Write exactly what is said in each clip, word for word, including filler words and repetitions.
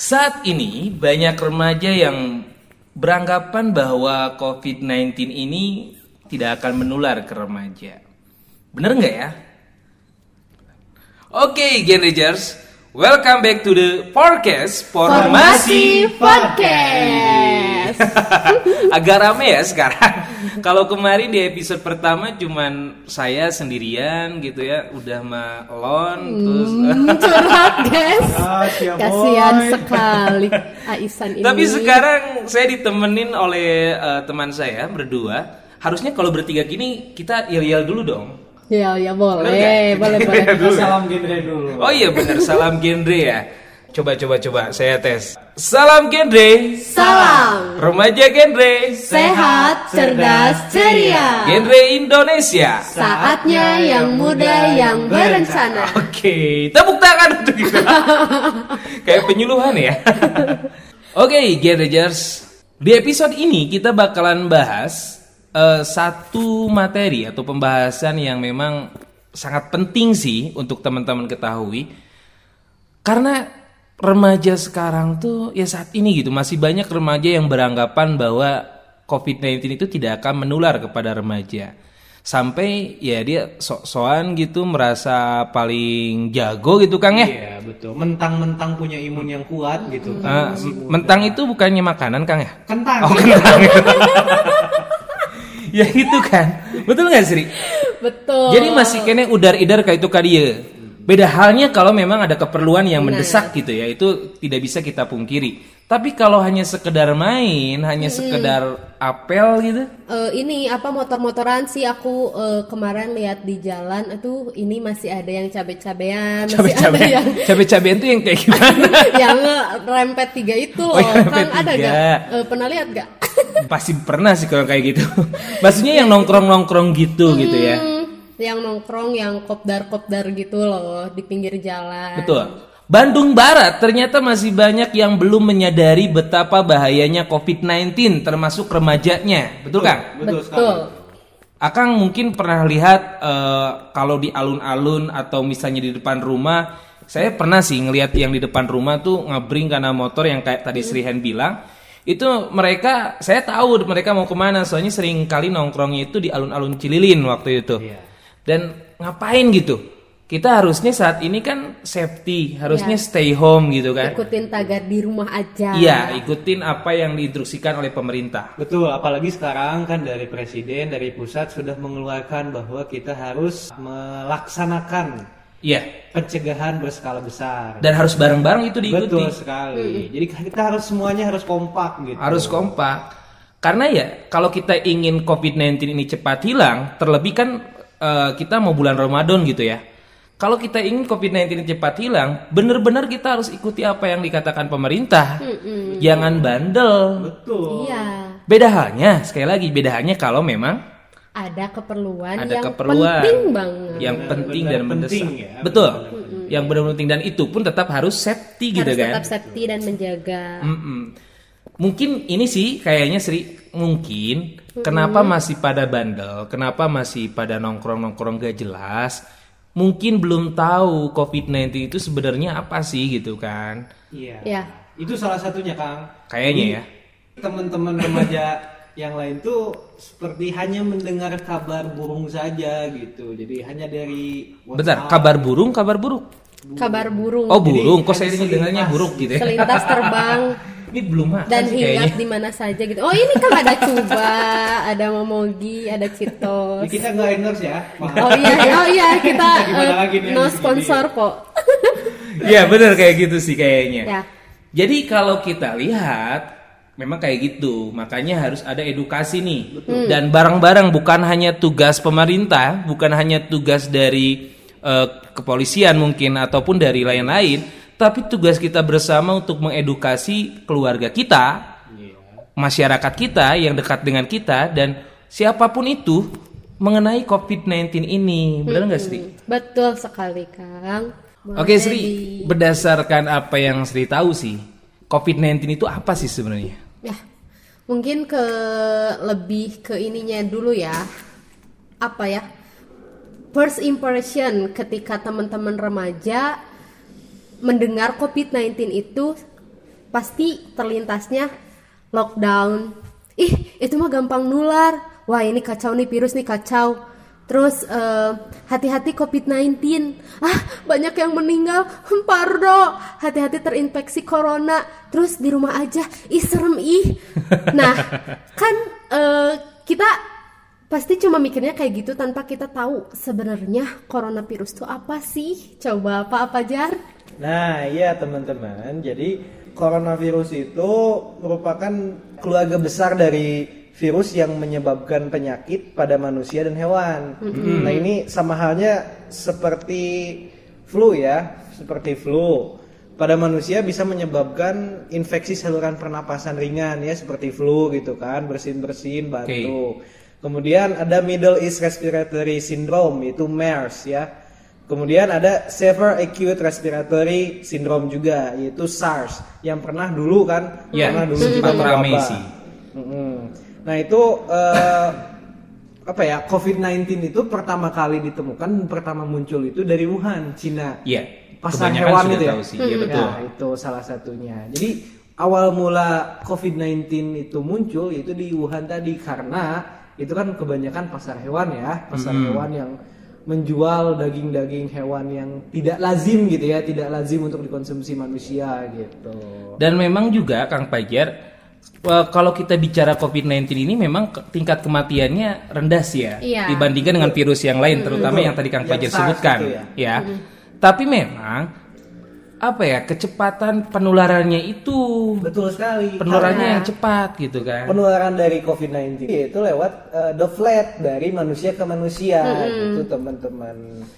Saat ini banyak remaja yang beranggapan bahwa covid sembilan belas ini tidak akan menular ke remaja. Bener nggak ya? Oke, okay, Genragers, welcome back to the podcast Formasi Podcast. Agak rame ya sekarang. Kalau kemarin di episode pertama cuman saya sendirian gitu ya, udah malon hmm, terus curhat guys. Ah, kasihan sekali Aisan ini. Tapi sekarang saya ditemenin oleh uh, teman saya berdua. Harusnya kalau bertiga gini kita yel-yel dulu dong. Ya, ya boleh, boleh, boleh. Salam genre dulu. Oh iya benar, salam genre ya. Coba, coba, coba, saya tes. Salam genre. Salam. Remaja genre. Sehat, cerdas, ceria. Genre Indonesia. Saatnya yang muda yang berencana. Oke, tepuk tangan untuk kita. Kayak penyuluhan ya. Oke, Genragers. Di episode ini kita bakalan bahas Uh, satu materi atau pembahasan yang memang sangat penting sih untuk teman-teman ketahui, karena remaja sekarang tuh ya saat ini gitu masih banyak remaja yang beranggapan bahwa covid sembilan belas itu tidak akan menular kepada remaja, sampai ya dia sok-sokan gitu merasa paling jago gitu Kang ya. Iya betul, mentang-mentang punya imun yang kuat gitu uh, mentang itu bukannya makanan Kang ya? Kentang. Oh kentang. Ya itu kan, betul nggak Sri? Betul. Jadi masih kene udar-idar kayak itu kadia. Beda halnya kalau memang ada keperluan yang Benar. mendesak gitu ya, itu tidak bisa kita pungkiri. Tapi kalau hanya sekedar main, hanya hmm. sekedar apel gitu. Uh, ini apa motor-motoran sih aku uh, kemarin lihat di jalan itu ini masih ada yang cabe-cabean, masih cabe-cabean. ada yang cabe-cabean tuh yang kayak gimana? Yang rempet tiga itu loh. Oh, Kan ada gak? Uh, pernah lihat gak? Pasti pernah sih kalau kayak gitu. Maksudnya yang nongkrong-nongkrong gitu hmm, gitu ya. Yang nongkrong, yang kopdar-kopdar gitu loh di pinggir jalan. Betul. Bandung Barat ternyata masih banyak yang belum menyadari betapa bahayanya covid sembilan belas termasuk remajanya. Betul, Kang? Betul. Betul. Akang mungkin pernah lihat uh, kalau di alun-alun atau misalnya di depan rumah, saya pernah sih ngelihat yang di depan rumah tuh ngabring karena motor yang kayak tadi Sri Hen bilang. Itu mereka, saya tahu mereka mau kemana, soalnya sering kali nongkrongnya itu di alun-alun Cililin waktu itu. Iya. Dan ngapain gitu? Kita harusnya saat ini kan safety, harusnya ya. Stay home gitu kan. Ikutin tagar di rumah aja. Iya, ikutin apa yang diinstruksikan oleh pemerintah. Betul, apalagi sekarang kan dari presiden, dari pusat sudah mengeluarkan bahwa kita harus melaksanakan iya, pencegahan berskala besar. Dan harus bareng-bareng itu diikuti. Betul sekali. Hmm. Jadi kita harus semuanya harus kompak gitu. Harus kompak. Karena ya kalau kita ingin covid sembilan belas ini cepat hilang, terlebih kan uh, kita mau bulan Ramadan gitu ya. Kalau kita ingin covid sembilan belas ini cepat hilang, benar-benar kita harus ikuti apa yang dikatakan pemerintah. Hmm. Jangan bandel. Betul. Iya. Beda halnya, sekali lagi beda halnya kalau memang ada keperluan ada yang keperluan penting banget, yang benar, penting benar dan mendesak, ya, betul, benar. Yang benar-benar penting dan itu pun tetap harus safety harus gitu kan, tetap safety dan menjaga. Mm-mm. Mungkin ini sih kayaknya Sri, mungkin mm-hmm. kenapa masih pada bandel, kenapa masih pada nongkrong-nongkrong gak jelas, mungkin belum tahu covid sembilan belas itu sebenarnya apa sih gitu kan. Iya. Ya. Itu salah satunya Kang. Kayaknya ya. Teman-teman remaja yang lain tuh seperti hanya mendengar kabar burung saja gitu. Jadi hanya dari WhatsApp. Bentar, kabar burung, kabar burung. Kabar burung. Oh burung, Jadi, kok saya dengarnya burung gitu ya. Selintas terbang. Ini belum makan Dan sih hinggap di mana saja gitu. Oh ini kan ada Cuba, ada Momogi, ada Citos. Ya, kita nggak endorse ya. Oh iya, oh iya kita uh, lagi nih, no sponsor kok. Iya benar kayak gitu sih kayaknya. Ya. Jadi kalau kita lihat memang kayak gitu, makanya harus ada edukasi nih. Betul. Dan bareng-bareng bukan hanya tugas pemerintah, bukan hanya tugas dari uh, kepolisian mungkin ataupun dari lain-lain, tapi tugas kita bersama untuk mengedukasi keluarga kita, yeah. masyarakat kita yang dekat dengan kita dan siapapun itu mengenai covid sembilan belas ini. Benar nggak hmm, Sri? Betul sekali Kang. Oke Sri, berdasarkan apa yang Sri tahu sih, covid sembilan belas itu apa sih sebenarnya? Ya, mungkin ke lebih ke ininya dulu ya. Apa ya? First impression ketika teman-teman remaja mendengar covid sembilan belas itu pasti terlintasnya lockdown. Ih, itu mah gampang nular. Wah, ini kacau nih, virus nih kacau. Terus uh, hati-hati covid sembilan belas. Ah, banyak yang meninggal. Hmm, Pardo, hati-hati terinfeksi corona. Terus di rumah aja. Ih, serem ih. Nah, kan uh, kita pasti cuma mikirnya kayak gitu tanpa kita tahu sebenarnya coronavirus itu apa sih? Coba apa-apa Jar? Nah, iya teman-teman. Jadi coronavirus itu merupakan keluarga besar dari virus yang menyebabkan penyakit pada manusia dan hewan. Mm-hmm. Nah, ini sama halnya seperti flu ya, seperti flu. Pada manusia bisa menyebabkan infeksi saluran pernapasan ringan ya, seperti flu gitu kan, bersin-bersin, batuk. Okay. Kemudian ada Middle East Respiratory Syndrome, itu MERS ya. Kemudian ada Severe Acute Respiratory Syndrome juga, yaitu SARS, yang pernah dulu kan, yeah, pernah dulu juga meramai sih. Mm-hmm. Nah itu uh, apa ya, covid sembilan belas itu pertama kali ditemukan, pertama muncul itu dari Wuhan, Cina. Iya. Pasar hewan itu ya. Sih. Ya, betul. Ya, itu salah satunya. Jadi awal mula covid sembilan belas itu muncul itu di Wuhan tadi, karena itu kan kebanyakan pasar hewan ya, pasar hmm. hewan yang menjual daging-daging hewan yang tidak lazim gitu ya, tidak lazim untuk dikonsumsi manusia gitu. Dan memang juga Kang Pajar, kalau kita bicara covid sembilan belas ini memang tingkat kematiannya rendah sih ya, iya, dibandingkan dengan virus yang lain, terutama mm-hmm. yang tadi Kang Pajar sebutkan ya. ya. Mm-hmm. Tapi memang apa ya, kecepatan penularannya itu betul sekali. Penularannya Karena yang cepat gitu kan. Penularan dari covid sembilan belas itu lewat uh, droplet dari manusia ke manusia mm-hmm. gitu teman-teman.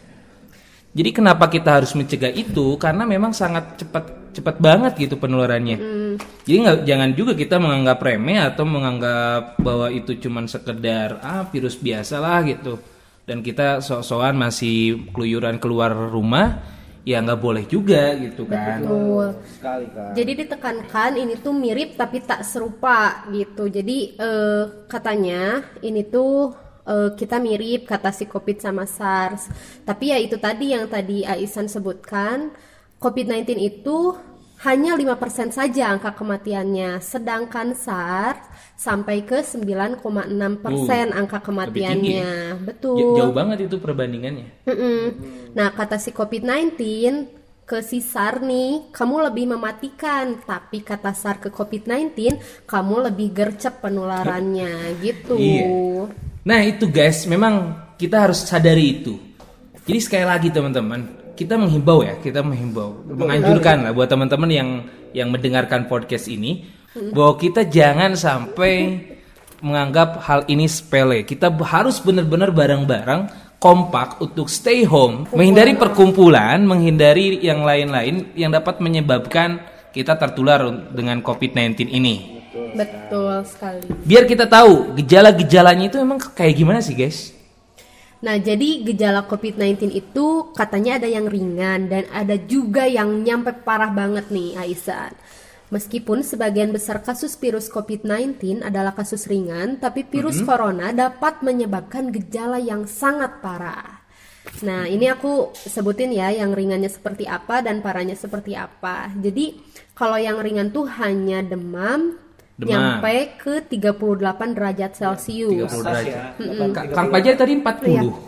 Jadi kenapa kita harus mencegah itu? Karena memang sangat cepat cepat banget gitu penularannya. Mm. Jadi nggak, jangan juga kita menganggap remeh atau menganggap bahwa itu cuman sekedar ah virus biasa lah gitu. Dan kita sok-sokan masih keluyuran keluar rumah, ya nggak boleh juga gitu kan. Betul. Sekali kan. Jadi ditekankan ini tuh mirip tapi tak serupa gitu. Jadi eh, katanya ini tuh Uh, kita mirip kata si COVID sama SARS. Tapi ya itu tadi yang tadi Aisan sebutkan, covid sembilan belas itu hanya lima persen saja angka kematiannya, sedangkan SARS sampai ke sembilan koma enam persen uh, angka kematiannya. Betul. Jauh banget itu perbandingannya. Mm-mm. Nah, kata si covid sembilan belas ke si SARS nih, kamu lebih mematikan, tapi kata SARS ke covid sembilan belas kamu lebih gercep penularannya gitu. Iya. Nah itu guys, memang kita harus sadari itu. Jadi sekali lagi teman-teman, kita menghimbau ya, kita menghimbau, menganjurkan lah buat teman-teman yang yang mendengarkan podcast ini, bahwa kita jangan sampai menganggap hal ini sepele. Kita harus benar-benar bareng-bareng kompak untuk stay home, menghindari perkumpulan, menghindari yang lain-lain yang dapat menyebabkan kita tertular dengan covid sembilan belas ini. Betul sekali. Biar kita tahu gejala-gejalanya itu emang kayak gimana sih guys? Nah, jadi gejala covid sembilan belas itu katanya ada yang ringan dan ada juga yang nyampe parah banget nih Aisan. Meskipun sebagian besar kasus virus covid sembilan belas adalah kasus ringan, tapi virus mm-hmm. corona dapat menyebabkan gejala yang sangat parah. Nah, ini aku sebutin ya yang ringannya seperti apa dan parahnya seperti apa. Jadi, kalau yang ringan tuh hanya demam, demam. Nyampe ke tiga puluh delapan derajat Celcius. tiga puluh derajat. Ya. Kang Pajar tadi empat puluh. Iya.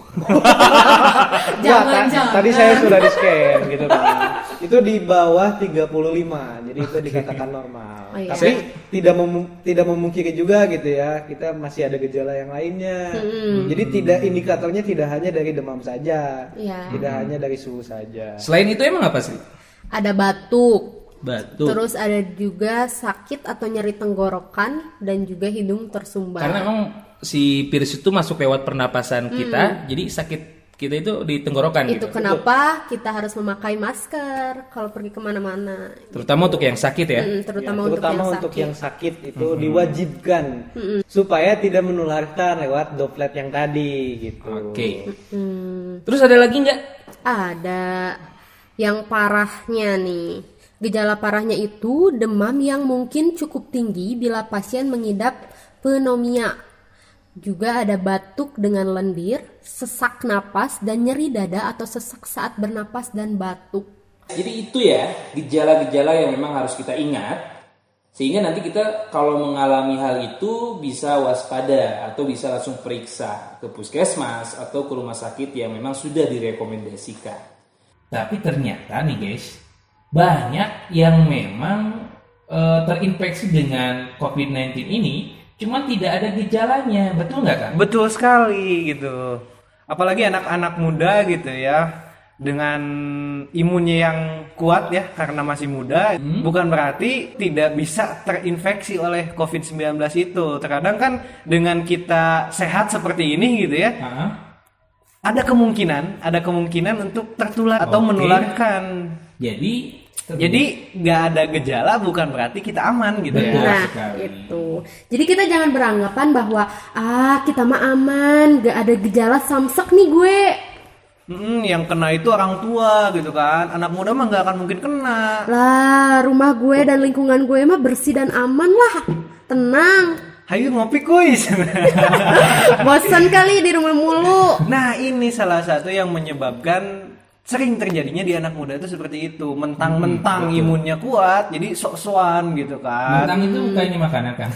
jangan, Wah, jangan. Tadi saya sudah di scan gitu kan. Itu di bawah tiga puluh lima. Jadi itu dikatakan normal. Oh, iya. Tapi saya... tidak mem- tidak memungkiri juga gitu ya. Kita masih ada gejala yang lainnya. Hmm. Jadi tidak indikatornya tidak hanya dari demam saja. Ya. Tidak hanya dari suhu saja. Selain itu emang apa sih? Ada batuk. Batuk. Terus ada juga sakit atau nyeri tenggorokan dan juga hidung tersumbat. Karena emang si virus itu masuk lewat pernapasan kita, hmm. jadi sakit kita itu di tenggorokan. Itu gitu. Kenapa kita harus memakai masker kalau pergi kemana-mana. Terutama gitu. Untuk yang sakit ya. Hmm, terutama ya, untuk terutama yang untuk sakit. yang sakit itu hmm. diwajibkan hmm. supaya tidak menularkan lewat droplet yang tadi gitu. Oke. Okay. Hmm. Terus ada lagi nggak? Ada yang parahnya nih. Gejala parahnya itu demam yang mungkin cukup tinggi bila pasien mengidap pneumonia. Juga ada batuk dengan lendir, sesak napas, dan nyeri dada atau sesak saat bernapas dan batuk. Jadi itu ya gejala-gejala yang memang harus kita ingat. Sehingga nanti kita kalau mengalami hal itu bisa waspada atau bisa langsung periksa ke puskesmas atau ke rumah sakit yang memang sudah direkomendasikan. Tapi ternyata nih guys, banyak yang memang e, terinfeksi dengan covid sembilan belas ini cuma tidak ada gejalanya, betul nggak kan? Betul sekali gitu. Apalagi anak-anak muda gitu ya, dengan imunnya yang kuat ya karena masih muda, hmm. bukan berarti tidak bisa terinfeksi oleh covid sembilan belas itu. Terkadang kan dengan kita sehat seperti ini gitu ya, uh-huh. ada kemungkinan, ada kemungkinan untuk tertular atau okay. menularkan. Jadi Jadi nggak ada gejala bukan berarti kita aman gitu ya. Nah itu. Jadi kita jangan beranggapan bahwa ah kita mah aman, nggak ada gejala samsek nih gue. Hmm, yang kena itu orang tua gitu kan. Anak muda mah nggak akan mungkin kena. Lah, rumah gue dan lingkungan gue mah bersih dan aman lah. Tenang. Hayu ngopi kuis. Bosan kali di rumah mulu. Nah, ini salah satu yang menyebabkan sering terjadinya di anak muda itu seperti itu. Mentang-mentang hmm, imunnya kuat, jadi sok-sokan gitu kan. Mentang itu bukannya makanan kan?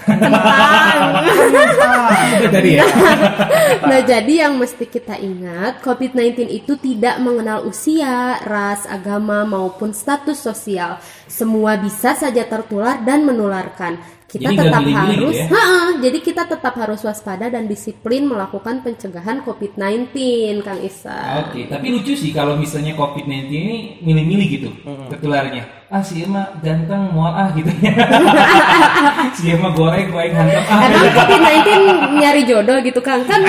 Mentang. Itu tadi ya. Nah, jadi yang mesti kita ingat, covid sembilan belas itu tidak mengenal usia, ras, agama, maupun status sosial. Semua bisa saja tertular dan menularkan. Kita jadi tetap harus, ya? ha, jadi kita tetap harus waspada dan disiplin melakukan pencegahan covid sembilan belas, Kang Isa. Oke, tapi lucu sih kalau misalnya covid sembilan belas ini milih-milih gitu mm-hmm. tertularnya. Ah si Emma ganteng mual ah gitu ya. Si Emma goreng goreng hantam ah. Emang covid sembilan belas nyari jodoh gitu Kang kan?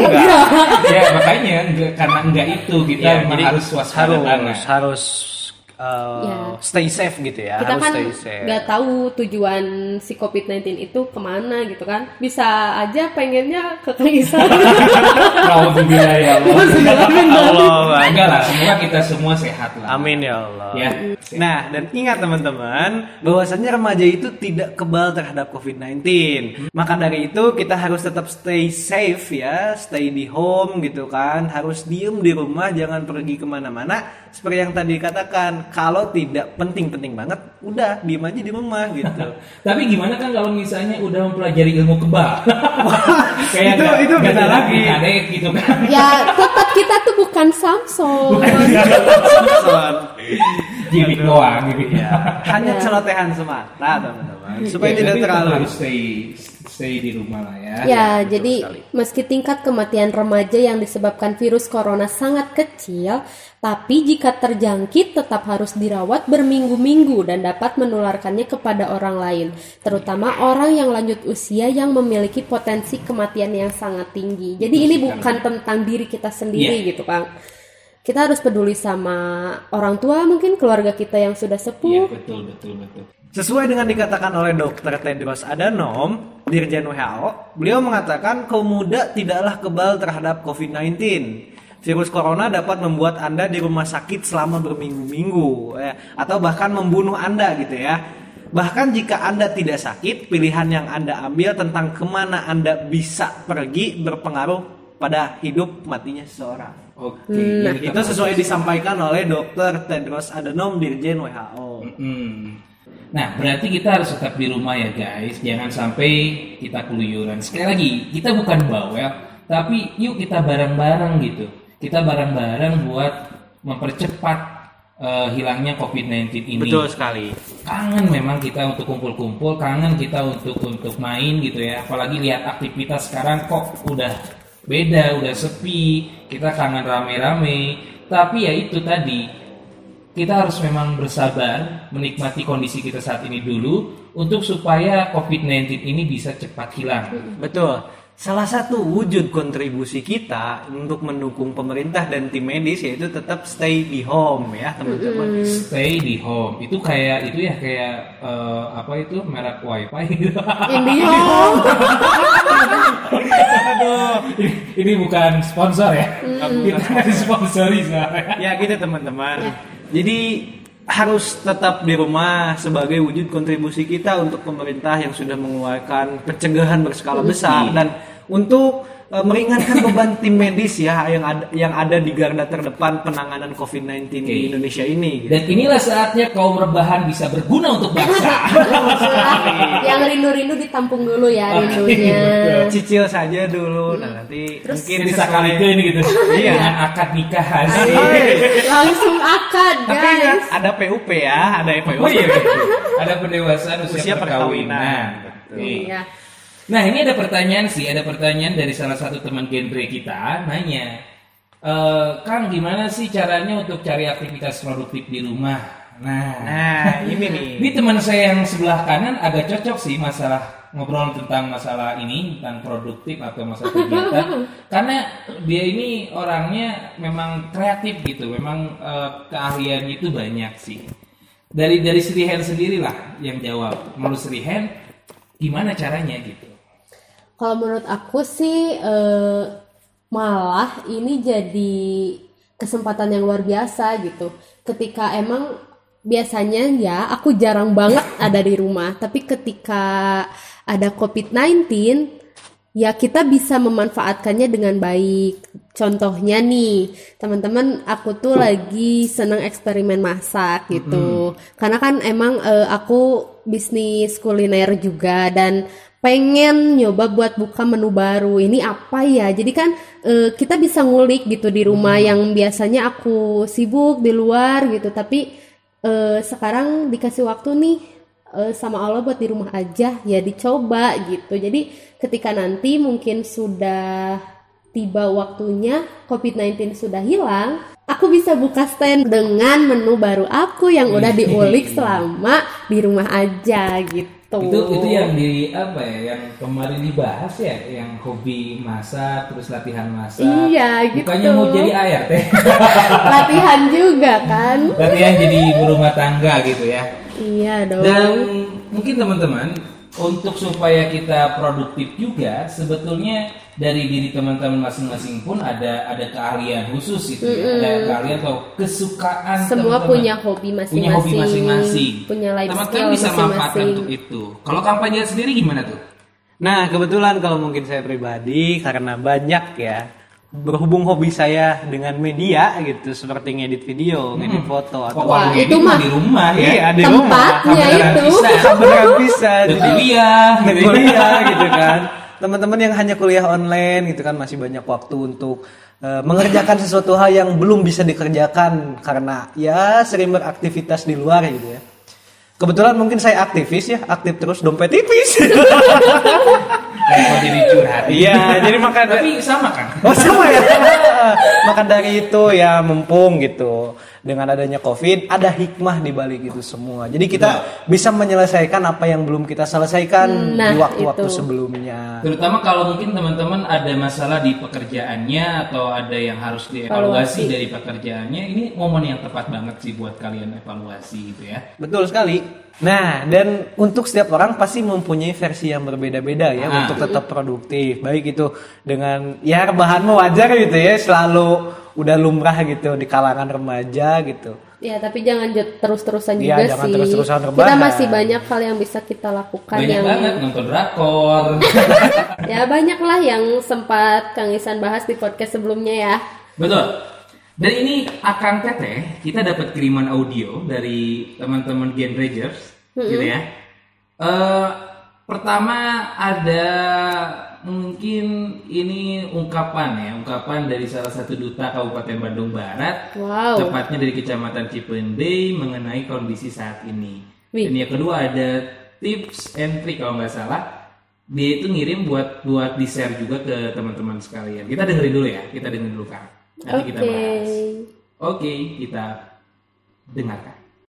Ya makanya enggak, karena enggak itu kita ya, jadi harus waspada harus harus Uh, ya. Stay safe gitu ya. Kita harus kan nggak tahu tujuan si covid sembilan belas itu kemana gitu kan. Bisa aja pengennya ke Kang Isa. Alhamdulillah ya Allah. Allah. Enggak lah, semoga kita semua sehat lah. Amin ya Allah. Ya. Nah, dan ingat teman-teman, bahwasanya remaja itu tidak kebal terhadap covid sembilan belas. Maka dari itu kita harus tetap stay safe ya, stay di home gitu kan. Harus diem di rumah, jangan pergi kemana-mana. Seperti yang tadi dikatakan, kalau tidak penting-penting banget, udah diem aja di rumah gitu. Tapi gimana kan kalau misalnya udah mempelajari ilmu kebal? Kayak itu gak, itu beda lagi. Kadek gitu kan. Ya tetap kita tuh bukan Samson. Samson. Gimik doang gitu ya. Hanya celotehan semata teman-teman. Supaya ya, tidak terlalu harus stay stay di rumah lah ya. Ya, ya jadi sekali. Meski tingkat kematian remaja yang disebabkan virus corona sangat kecil, tapi jika terjangkit tetap harus dirawat berminggu-minggu dan dapat menularkannya kepada orang lain, terutama orang yang lanjut usia yang memiliki potensi kematian yang sangat tinggi. Jadi ini bukan tentang diri kita sendiri yeah. gitu Kang. Kita harus peduli sama orang tua, mungkin keluarga kita yang sudah sepuh. Iya, betul, betul, betul. Sesuai dengan dikatakan oleh dokter Tedros Adhanom, Dirjen W H O, beliau mengatakan kaum muda tidaklah kebal terhadap covid sembilan belas. Virus corona dapat membuat Anda di rumah sakit selama berminggu-minggu, ya, atau bahkan membunuh Anda gitu ya. Bahkan jika Anda tidak sakit, pilihan yang Anda ambil tentang kemana Anda bisa pergi berpengaruh pada hidup matinya seseorang. Oke, nah, itu sesuai disampaikan oleh dokter Tedros Adhanom, Dirjen W H O. Hmm. Nah, berarti kita harus tetap di rumah ya guys. Jangan sampai kita keluyuran. Sekali lagi, kita bukan bawel, tapi yuk kita bareng-bareng gitu. Kita bareng-bareng buat mempercepat uh, hilangnya covid sembilan belas ini. Betul sekali. Kangen memang kita untuk kumpul-kumpul, kangen kita untuk untuk main gitu ya. Apalagi lihat aktivitas sekarang kok udah beda, udah sepi, kita kangen rame-rame. Tapi ya itu tadi, kita harus memang bersabar menikmati kondisi kita saat ini dulu untuk supaya covid sembilan belas ini bisa cepat hilang. Betul. Salah satu wujud kontribusi kita untuk mendukung pemerintah dan tim medis yaitu tetap stay di home ya teman-teman. Stay di home itu kayak itu ya kayak uh, apa itu merek wifi gitu. IndiHome. Aduh, ini, ini bukan sponsor ya. Mm. Kita nggak sponsori sebenarnya. Ya gitu teman-teman. Jadi harus tetap di rumah sebagai wujud kontribusi kita untuk pemerintah yang sudah mengeluarkan pencegahan berskala besar dan untuk uh, meringankan beban tim medis ya yang ada yang ada di garda terdepan penanganan covid sembilan belas okay. di Indonesia ini. Gitu. Dan inilah saatnya kaum rebahan bisa berguna untuk bangsa. Yang rindu-rindu ditampung dulu ya rindunya. Cicil saja dulu, nah nanti terus mungkin bisa kali ini gitu. Iya. Dengan akad nikahan. Langsung akad, guys. Tapi ada P U P ya, ada P U P. Oh iya, ada pendewasaan usia, usia perkawinan. perkawinan. Iya. Nah ini ada pertanyaan sih, ada pertanyaan dari salah satu teman genre kita nanya, e, Kang gimana sih caranya untuk cari aktivitas produktif di rumah? Nah, nah ini nih. Ini teman saya yang sebelah kanan agak cocok sih masalah ngobrol tentang masalah ini, tentang produktif atau masalah kegiatan, karena dia ini orangnya memang kreatif gitu, memang e, keahliannya itu banyak sih. Dari dari Sri Hen sendirilah yang jawab, menurut Sri Hen gimana caranya gitu? Kalau menurut aku sih eh, malah ini jadi kesempatan yang luar biasa gitu. Ketika emang biasanya ya aku jarang banget ada di rumah, tapi ketika ada covid sembilan belas ya kita bisa memanfaatkannya dengan baik. Contohnya nih, teman-teman aku tuh lagi seneng eksperimen masak gitu. Mm-hmm. Karena kan emang uh, aku bisnis kuliner juga dan pengen nyoba buat buka menu baru. Ini apa ya? Jadi kan uh, kita bisa ngulik gitu di rumah mm-hmm. yang biasanya aku sibuk di luar gitu. Tapi uh, sekarang dikasih waktu nih uh, sama Allah buat di rumah aja, ya dicoba gitu. Jadi ketika nanti mungkin sudah tiba waktunya covid sembilan belas sudah hilang, aku bisa buka stand dengan menu baru aku yang udah diulik selama di rumah aja gitu. Itu itu yang di apa ya, yang kemarin dibahas ya, yang hobi masak terus latihan masak. Iya gitu. Bukannya mau jadi A R T. Latihan juga kan. Latihan jadi ibu rumah tangga gitu ya. Iya dong. Dan mungkin teman-teman, untuk supaya kita produktif juga, sebetulnya dari diri teman-teman masing-masing pun ada ada keahlian khusus gitu ya. Ada keahlian atau kesukaan. Semua teman-teman. punya hobi masing-masing. Punya hobi masing-masing. Punya life skill teman-teman bisa masing-masing. manfaatkan untuk itu. Kalau kampanye sendiri gimana tuh? Nah kebetulan kalau mungkin saya pribadi karena banyak ya berhubung hobi saya dengan media gitu, seperti ngedit video, hmm. ngedit foto atau wah, itu mah di rumah ya. Iya, di tempatnya rumah. itu. Beneran bisa. Media, media gitu kan. Teman-teman yang hanya kuliah online gitu kan masih banyak waktu untuk uh, mengerjakan sesuatu hal yang belum bisa dikerjakan karena ya sering beraktivitas di luar gitu ya. Kebetulan mungkin saya aktivis ya, aktif terus dompet tipis. Mau jadi curhat. Iya, jadi maka tapi sama kan? Oh sama ya. Maka dari itu ya mumpung gitu. Dengan adanya Covid ada hikmah di balik itu semua. Jadi kita nah. bisa menyelesaikan apa yang belum kita selesaikan nah, di waktu-waktu itu. sebelumnya. Terutama kalau mungkin teman-teman ada masalah di pekerjaannya atau ada yang harus dievaluasi dari pekerjaannya, ini momen yang tepat banget sih buat kalian evaluasi gitu ya. Betul sekali. Nah, dan untuk setiap orang pasti mempunyai versi yang berbeda-beda ya nah. untuk tetap produktif. Baik itu dengan ya rebahan wajar gitu ya, selalu udah lumrah gitu di kalangan remaja gitu. Ya, tapi jangan terus-terusan ya, juga jangan sih. Terus-terusan rebahan. Kita masih banyak hal yang bisa kita lakukan. Banyak yang banget nonton drakor. Ya, banyak lah yang sempat Kang Isan bahas di podcast sebelumnya ya. Betul. Dan ini Akang Teteh, kita dapat kiriman audio dari teman-teman Genragers, mm-hmm. gitu ya. Uh, pertama ada mungkin ini ungkapan ya, ungkapan dari salah satu duta Kabupaten Bandung Barat, wow. tepatnya dari Kecamatan Cipendei mengenai kondisi saat ini. Wih. Dan yang kedua ada tips and trick kalau nggak salah, dia itu ngirim buat buat di share juga ke teman-teman sekalian. Kita dengerin dulu ya, kita dengerin dulu Kang. Nanti okay. kita bahas. Oke, okay, kita dengarkan.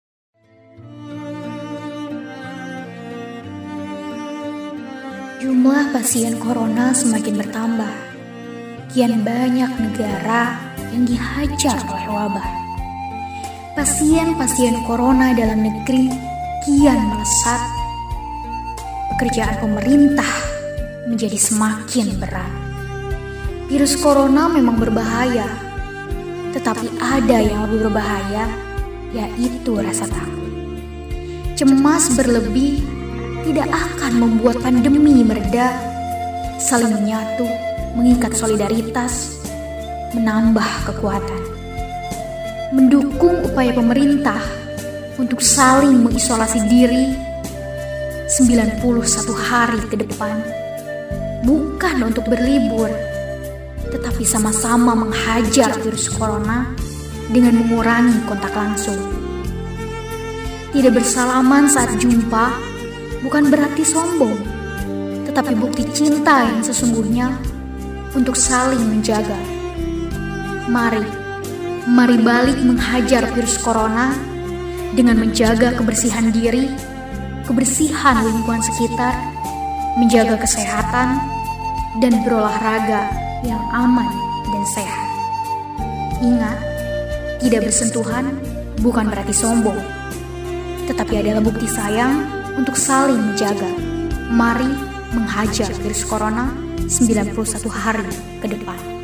Jumlah pasien corona semakin bertambah. Kian banyak negara yang dihajar oleh wabah. Pasien-pasien corona dalam negeri kian melesat. Pekerjaan pemerintah menjadi semakin berat. Virus corona memang berbahaya, tetapi ada yang lebih berbahaya, yaitu rasa takut. Cemas berlebih tidak akan membuat pandemi mereda, saling menyatu, mengikat solidaritas, menambah kekuatan. Mendukung upaya pemerintah untuk saling mengisolasi diri sembilan puluh satu hari ke depan. Bukan untuk berlibur, tetapi sama-sama menghajar virus corona dengan mengurangi kontak langsung. Tidak bersalaman saat jumpa bukan berarti sombong, tetapi bukti cinta yang sesungguhnya untuk saling menjaga. Mari, mari balik menghajar virus corona dengan menjaga kebersihan diri, kebersihan lingkungan sekitar, menjaga kesehatan, dan berolahraga yang aman dan sehat. Ingat, tidak bersentuhan bukan berarti sombong, tetapi adalah bukti sayang untuk saling menjaga. Mari menghajar virus corona sembilan puluh satu hari ke depan.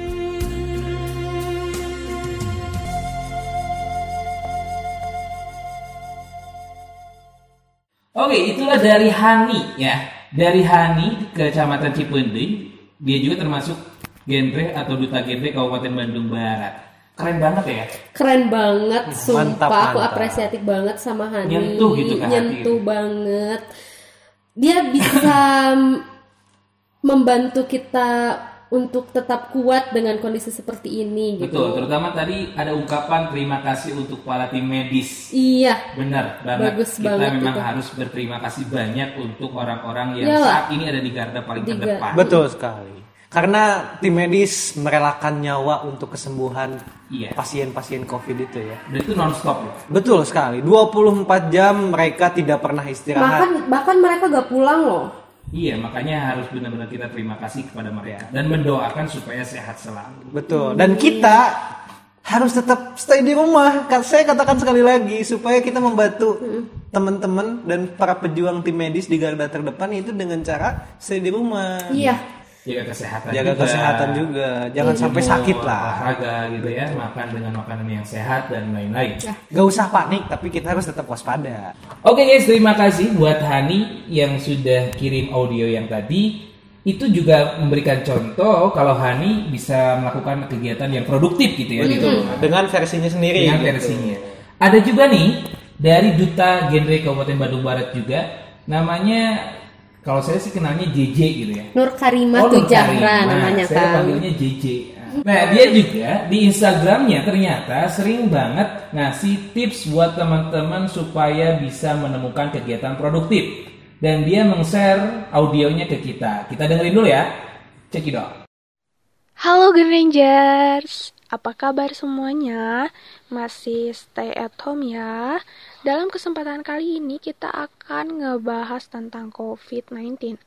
Oke, itulah dari Hani ya. Dari Hani, Kecamatan Cipendei. Dia juga termasuk genre atau duta genre Kabupaten Bandung Barat. Keren banget ya. Keren banget, sumpah. Mantap, Aku mantap. apresiatif banget sama Hani. Nyentuh gitu ke hati. Nyentuh banget. Dia bisa membantu kita untuk tetap kuat dengan kondisi seperti ini gitu. Betul, terutama tadi ada ungkapan terima kasih untuk para tim medis. Iya. Benar banget. Bagus Kita banget memang itu. harus berterima kasih banyak untuk orang-orang yang Iyalah. saat ini ada di garda paling Di gar- terdepan. Betul sekali. Karena tim medis merelakan nyawa untuk kesembuhan Iya. pasien-pasien COVID itu ya. Dan itu non-stop loh. Betul sekali. dua puluh empat jam mereka tidak pernah istirahat. Bahkan bahkan mereka gak pulang loh. Iya, makanya harus benar-benar kita terima kasih kepada mereka dan mendoakan supaya sehat selalu. Betul. Dan kita harus tetap stay di rumah. Kan saya katakan sekali lagi supaya kita membantu teman-teman dan para pejuang tim medis di garda terdepan itu dengan cara stay di rumah. Iya. Jaga kesehatan Jaga juga. kesehatan juga. Jangan sampai sakit lah. Olahraga gitu ya, makan dengan makanan yang sehat dan lain-lain. Gak usah panik, tapi kita harus tetap waspada. Oke guys, terima kasih buat Hani yang sudah kirim audio yang tadi. Itu juga memberikan contoh kalau Hani bisa melakukan kegiatan yang produktif gitu ya. Gitu. Dengan versinya sendiri. Dengan gitu. versinya. Ada juga nih dari Duta Genre Kabupaten Bandung Barat juga, namanya kalau saya sih kenalnya J J gitu ya. Nur Karimah Nur Tujahra Karimah. namanya Saya kan. panggilnya J J. Nah, dia juga di Instagramnya ternyata sering banget ngasih tips buat teman-teman supaya bisa menemukan kegiatan produktif. Dan dia meng-share audionya ke kita. Kita dengerin dulu ya. Cekidot. Halo Green Rangers, apa kabar semuanya? Masih stay at home ya? Dalam kesempatan kali ini kita akan ngebahas tentang covid sembilan belas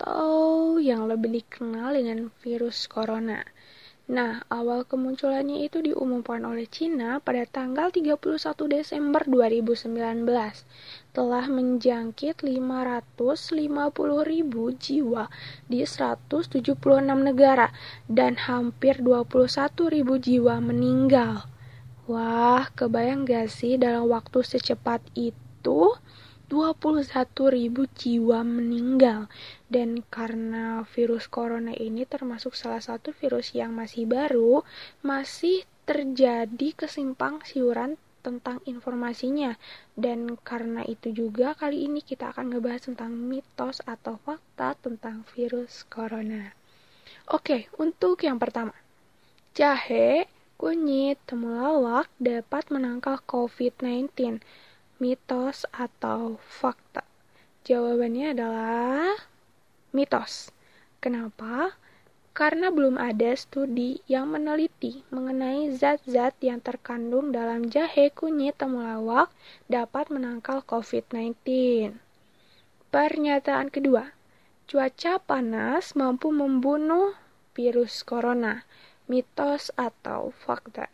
atau yang lebih dikenal dengan virus corona. Nah, awal kemunculannya itu diumumkan oleh Cina pada tanggal tiga puluh satu Desember dua ribu sembilan belas. Telah menjangkit lima ratus lima puluh ribu jiwa di seratus tujuh puluh enam negara dan hampir dua puluh satu ribu jiwa meninggal. Wah, kebayang gak sih dalam waktu secepat itu dua puluh satu ribu jiwa meninggal. Dan karena virus corona ini termasuk salah satu virus yang masih baru, masih terjadi kesimpang siuran tentang informasinya. Dan karena itu juga kali ini kita akan ngebahas tentang mitos atau fakta tentang virus corona. Oke, untuk yang pertama. Jahe, kunyit, temulawak dapat menangkal covid sembilan belas. Mitos atau fakta? Jawabannya adalah mitos. Kenapa? Karena belum ada studi yang meneliti mengenai zat-zat yang terkandung dalam jahe, kunyit, temulawak dapat menangkal covid sembilan belas. Pernyataan kedua, cuaca panas mampu membunuh virus corona. Mitos atau fakta?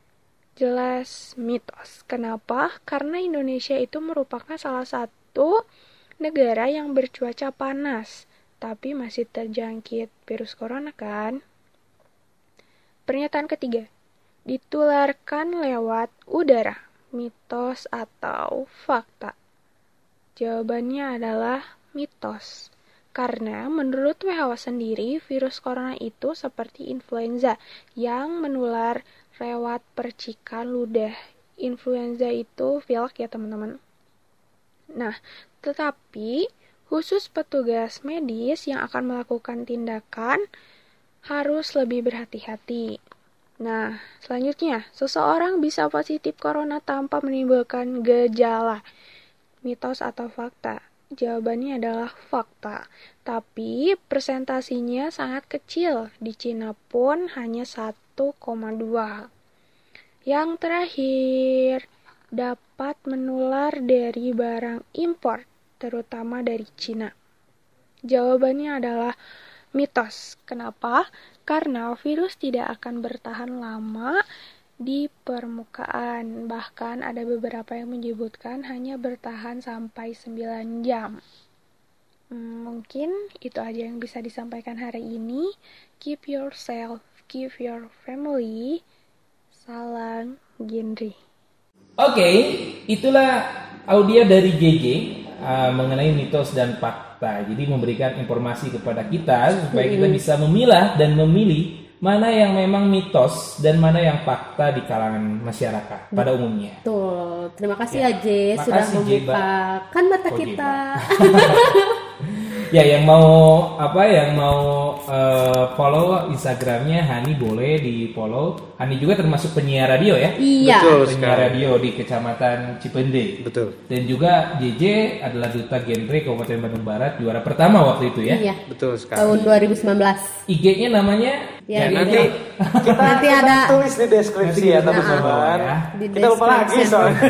Jelas mitos. Kenapa? Karena Indonesia itu merupakan salah satu negara yang bercuaca panas, tapi masih terjangkit virus corona kan? Pernyataan ketiga, ditularkan lewat udara. Mitos atau fakta? Jawabannya adalah mitos. Karena menurut W H O sendiri, virus corona itu seperti influenza yang menular lewat percikan ludah. Influenza itu pilek ya teman-teman. Nah, tetapi khusus petugas medis yang akan melakukan tindakan harus lebih berhati-hati. Nah, selanjutnya, seseorang bisa positif corona tanpa menimbulkan gejala. Mitos atau fakta? Jawabannya adalah fakta. Tapi persentasinya sangat kecil. Di Cina pun hanya satu koma dua. Yang terakhir, dapat menular dari barang impor, terutama dari Cina. Jawabannya adalah mitos. Kenapa? Karena virus tidak akan bertahan lama di permukaan. Bahkan ada beberapa yang menyebutkan hanya bertahan sampai sembilan jam. Hmm, mungkin itu aja yang bisa disampaikan hari ini. Keep yourself, keep your family. Salam genre. Oke, itulah audio dari J J uh, mengenai mitos dan fakta. Jadi memberikan informasi kepada kita supaya kita bisa memilah dan memilih mana yang memang mitos dan mana yang fakta di kalangan masyarakat pada umumnya. Betul. Terima kasih Ya. ya, J sudah Makasih, J, membukakan mata Oh, kita. Ya, yang mau apa yang mau uh, follow Instagramnya Hani boleh di follow. Hani juga termasuk penyiar radio ya. Iya. Betul Penyiar sekali. radio di Kecamatan Cipende. Betul. Dan juga J J adalah duta genre Kabupaten Bandung Barat, juara pertama waktu itu ya. Iya. Betul sekali. Tahun dua ribu sembilan belas. I G-nya namanya Ya, ya, Nanti kita, Nanti kita ada- tulis di deskripsi ya teman-teman. ya. Di Kita lupa lagi description. soalnya.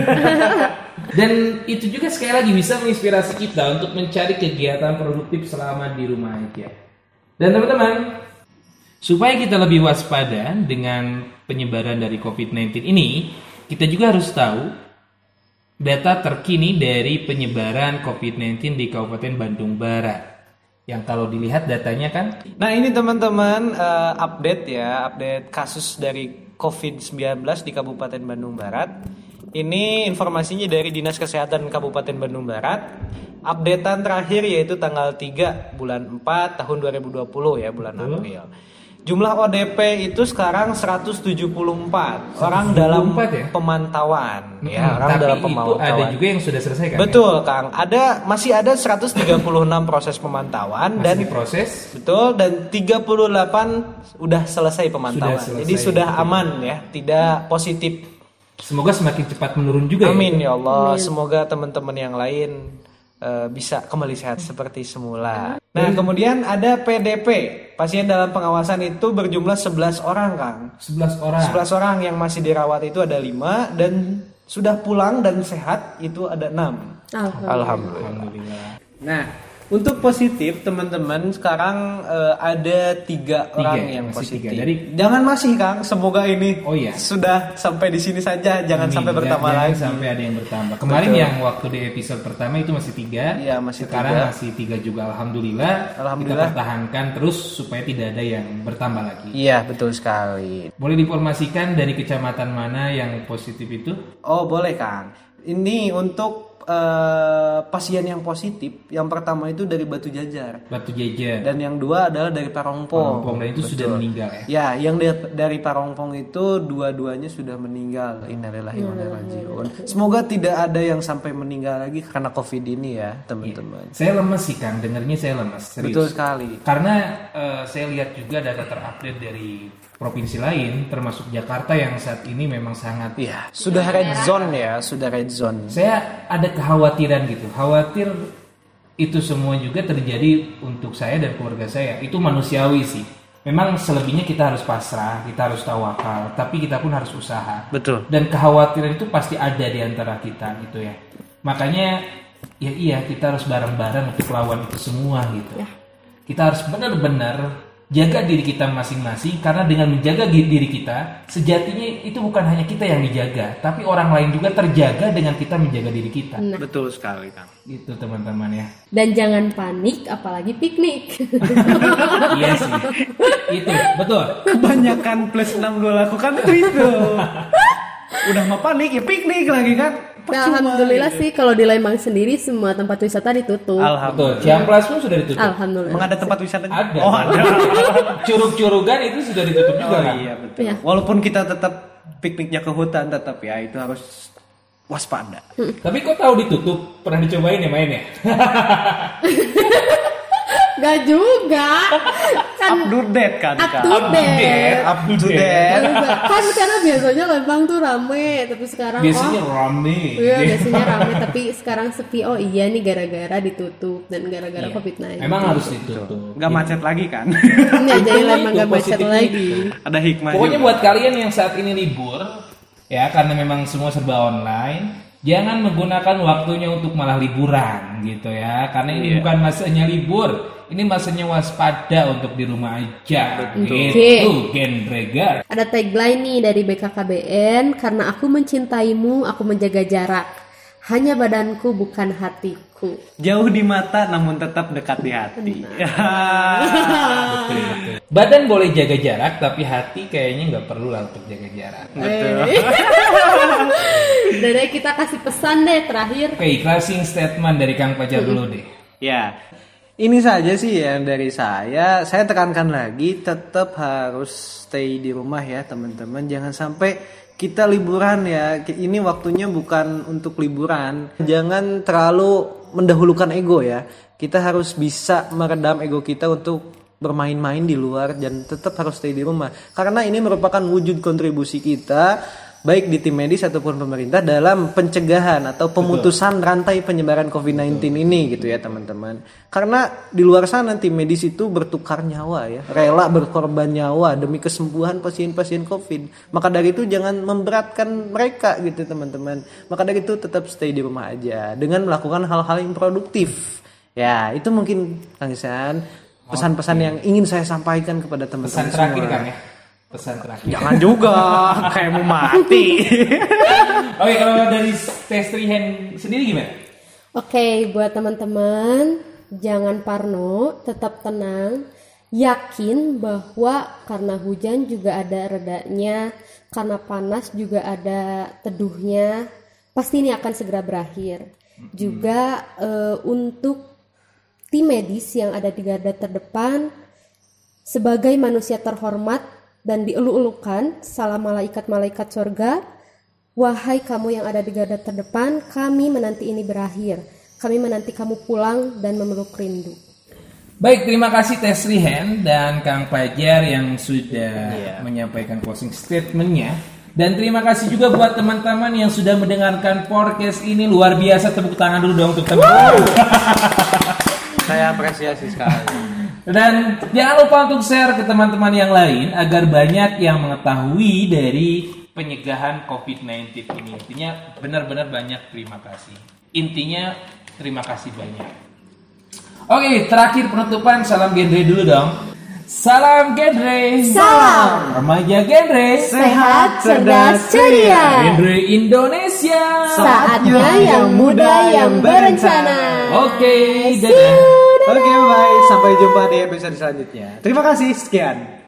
Dan itu juga sekali lagi bisa menginspirasi kita untuk mencari kegiatan produktif selama di rumah aja. Dan teman-teman, supaya kita lebih waspada dengan penyebaran dari covid sembilan belas ini, kita juga harus tahu data terkini dari penyebaran covid sembilan belas di Kabupaten Bandung Barat. Yang kalau dilihat datanya kan, Nah ini teman-teman eh, update ya, update kasus dari covid sembilan belas di Kabupaten Bandung Barat. Ini informasinya dari Dinas Kesehatan Kabupaten Bandung Barat. Updatean terakhir yaitu tanggal tiga bulan empat tahun dua ribu dua puluh ya, bulan April. Jumlah O D P itu sekarang seratus tujuh puluh empat orang dalam empat ya? pemantauan ya, Hmm, orang tapi dalam itu pemantauan. ada juga yang sudah selesai kan? Betul, Kang. Ada masih ada seratus tiga puluh enam proses pemantauan Dan dan diproses. betul dan tiga puluh delapan udah selesai pemantauan. Sudah selesai. Jadi sudah aman ya, tidak positif. Semoga semakin cepat menurun juga. Amin ya. ya Allah. Semoga teman-teman yang lain eh, bisa kembali sehat seperti semula. Nah, kemudian ada P D P. Pasien dalam pengawasan itu berjumlah sebelas orang, Kang. sebelas orang. sebelas orang yang masih dirawat itu ada lima dan sudah pulang dan sehat itu ada enam. Alhamdulillah. Alhamdulillah. Nah, untuk positif teman-teman sekarang eh, ada tiga, Tiga, orang yang masih positif. tiga. Dari- Jangan masih Kang, semoga ini Oh, iya. sudah sampai di sini saja, jangan Amin. sampai bertambah Jangan lagi. sampai ada yang bertambah. Kemarin Betul. yang waktu di episode pertama itu masih tiga. Iya, masih Sekarang tiga. masih tiga juga. Alhamdulillah. Alhamdulillah. Kita pertahankan terus supaya tidak ada yang bertambah lagi. Iya, betul sekali. Boleh diinformasikan dari kecamatan mana yang positif itu? Oh, boleh Kang. Ini untuk eh, pasien yang positif, yang pertama itu dari Batu Jajar Batu Jajar. dan yang dua adalah dari Parongpong. Parongpong, dan itu Betul. sudah meninggal ya. Ya, yang dari, dari Parongpong itu dua-duanya sudah meninggal. Innalillahi wa inna ilaihi raji'un. Semoga tidak ada yang sampai meninggal lagi karena Covid ini ya, teman-teman. Saya lemes sih Kang, dengarnya saya lemes. Serius. Betul sekali. Karena eh, saya lihat juga data terupdate dari provinsi lain, termasuk Jakarta yang saat ini memang sangat. Iya, sudah red zone ya, sudah red zone. Saya ada kekhawatiran gitu, khawatir itu semua juga terjadi untuk saya dan keluarga saya. Itu manusiawi sih. Memang selebihnya kita harus pasrah, kita harus tawakal, tapi kita pun harus usaha. Betul. Dan kekhawatiran itu pasti ada di antara kita gitu ya. Makanya ya iya kita harus bareng-bareng untuk lawan itu semua gitu. Kita harus benar-benar jaga diri kita masing-masing, karena dengan menjaga diri kita sejatinya itu bukan hanya kita yang dijaga, tapi orang lain juga terjaga dengan kita menjaga diri kita. Betul sekali, Kang. Gitu teman-teman ya. Dan jangan panik, apalagi piknik. Iya sih. Itu betul. Kebanyakan plus enam puluh dua lakukan itu itu. Udah mau panik ya piknik lagi kan. Nah, Percuma, alhamdulillah gitu. sih kalau di Lembang sendiri semua tempat wisata ditutup. Betul. Alhamdulillah. Ciamplas pun sudah ditutup. Alhamdulillah. Emang ada tempat wisata? Ada. Oh, ada. Curug-curugan itu sudah ditutup juga Oh kan? iya betul. Iya. Walaupun kita tetap pikniknya ke hutan tetap ya itu harus waspada. Tapi kok tahu ditutup? Pernah dicobain ya main ya? Gak juga. Kan Up to date kan? up Kak? to date. Up to date. Kan karena biasanya Lembang tuh rame, tapi sekarang Biasanya oh rame. iya biasanya rame tapi sekarang sepi. Oh iya nih gara-gara ditutup dan gara-gara Iya. covid sembilan belas. Emang harus ditutup. Gak macet lagi kan? Ya jadi Lembang Itu gak macet positifnya lagi. Ada hikmah. Pokoknya juga. buat kalian yang saat ini libur, ya karena memang semua serba online, jangan menggunakan waktunya untuk malah liburan gitu ya. Karena ini Iya. bukan masanya libur, ini masanya waspada untuk di rumah aja. Oke. Gitu, Genregar. Ada tagline nih dari B K K B N, karena aku mencintaimu, aku menjaga jarak. Hanya badanku bukan hatiku. Jauh di mata namun tetap dekat di hati. Badan boleh jaga jarak, tapi hati kayaknya nggak perlu lah untuk jaga jarak. Betul. Dari kita kasih pesan deh terakhir. Oke, closing statement dari Kang Fajar dulu deh. Ya, ini saja sih yang dari saya. Saya tekankan lagi, tetap harus stay di rumah ya teman-teman. Jangan sampai kita liburan ya. Ini waktunya bukan untuk liburan. Jangan terlalu mendahulukan ego ya. Kita harus bisa meredam ego kita untuk bermain-main di luar dan tetap harus stay di rumah. Karena ini merupakan wujud kontribusi kita baik di tim medis ataupun pemerintah dalam pencegahan atau pemutusan Betul. rantai penyebaran covid sembilan belas ini gitu ya teman-teman. Karena di luar sana tim medis itu bertukar nyawa ya, rela berkorban nyawa demi kesembuhan pasien-pasien COVID. Maka dari itu jangan memberatkan mereka gitu teman-teman. Maka dari itu tetap stay di rumah aja dengan melakukan hal-hal yang produktif. Ya, itu mungkin Kang Isan pesan-pesan yang ingin saya sampaikan kepada teman-teman Pesan terakhir semua. Kang ya. Pesan terakhir. Jangan juga kayak mau mati. Oke, kalau dari tes hand sendiri gimana? Oke, buat teman-teman, jangan parno, tetap tenang. Yakin bahwa karena hujan juga ada redanya, karena panas juga ada teduhnya. Pasti ini akan segera berakhir. Juga eh, untuk tim medis yang ada di garda terdepan, sebagai manusia terhormat dan dielu-elukan, salam malaikat-malaikat surga, wahai kamu yang ada di garda terdepan, kami menanti ini berakhir. Kami menanti kamu pulang dan memeluk rindu. Baik, terima kasih Tes Rihen dan Kang Fajar yang sudah Yeah. menyampaikan closing statement-nya. Dan terima kasih juga buat teman-teman yang sudah mendengarkan podcast ini. Luar biasa, tepuk tangan dulu dong untuk teman-teman. Saya apresiasi sekali. Dan jangan lupa untuk share ke teman-teman yang lain agar banyak yang mengetahui dari pencegahan covid sembilan belas ini. Intinya benar-benar banyak terima kasih. Intinya terima kasih banyak. Oke, terakhir penutupan salam genre dulu dong. Salam genre. Salam. Remaja genre. Sehat, cerdas, ceria. Genre Indonesia. Saatnya yang muda yang berencana. Oke, See dadah. you. Oke, bye. Sampai jumpa di episode selanjutnya. Terima kasih. Sekian.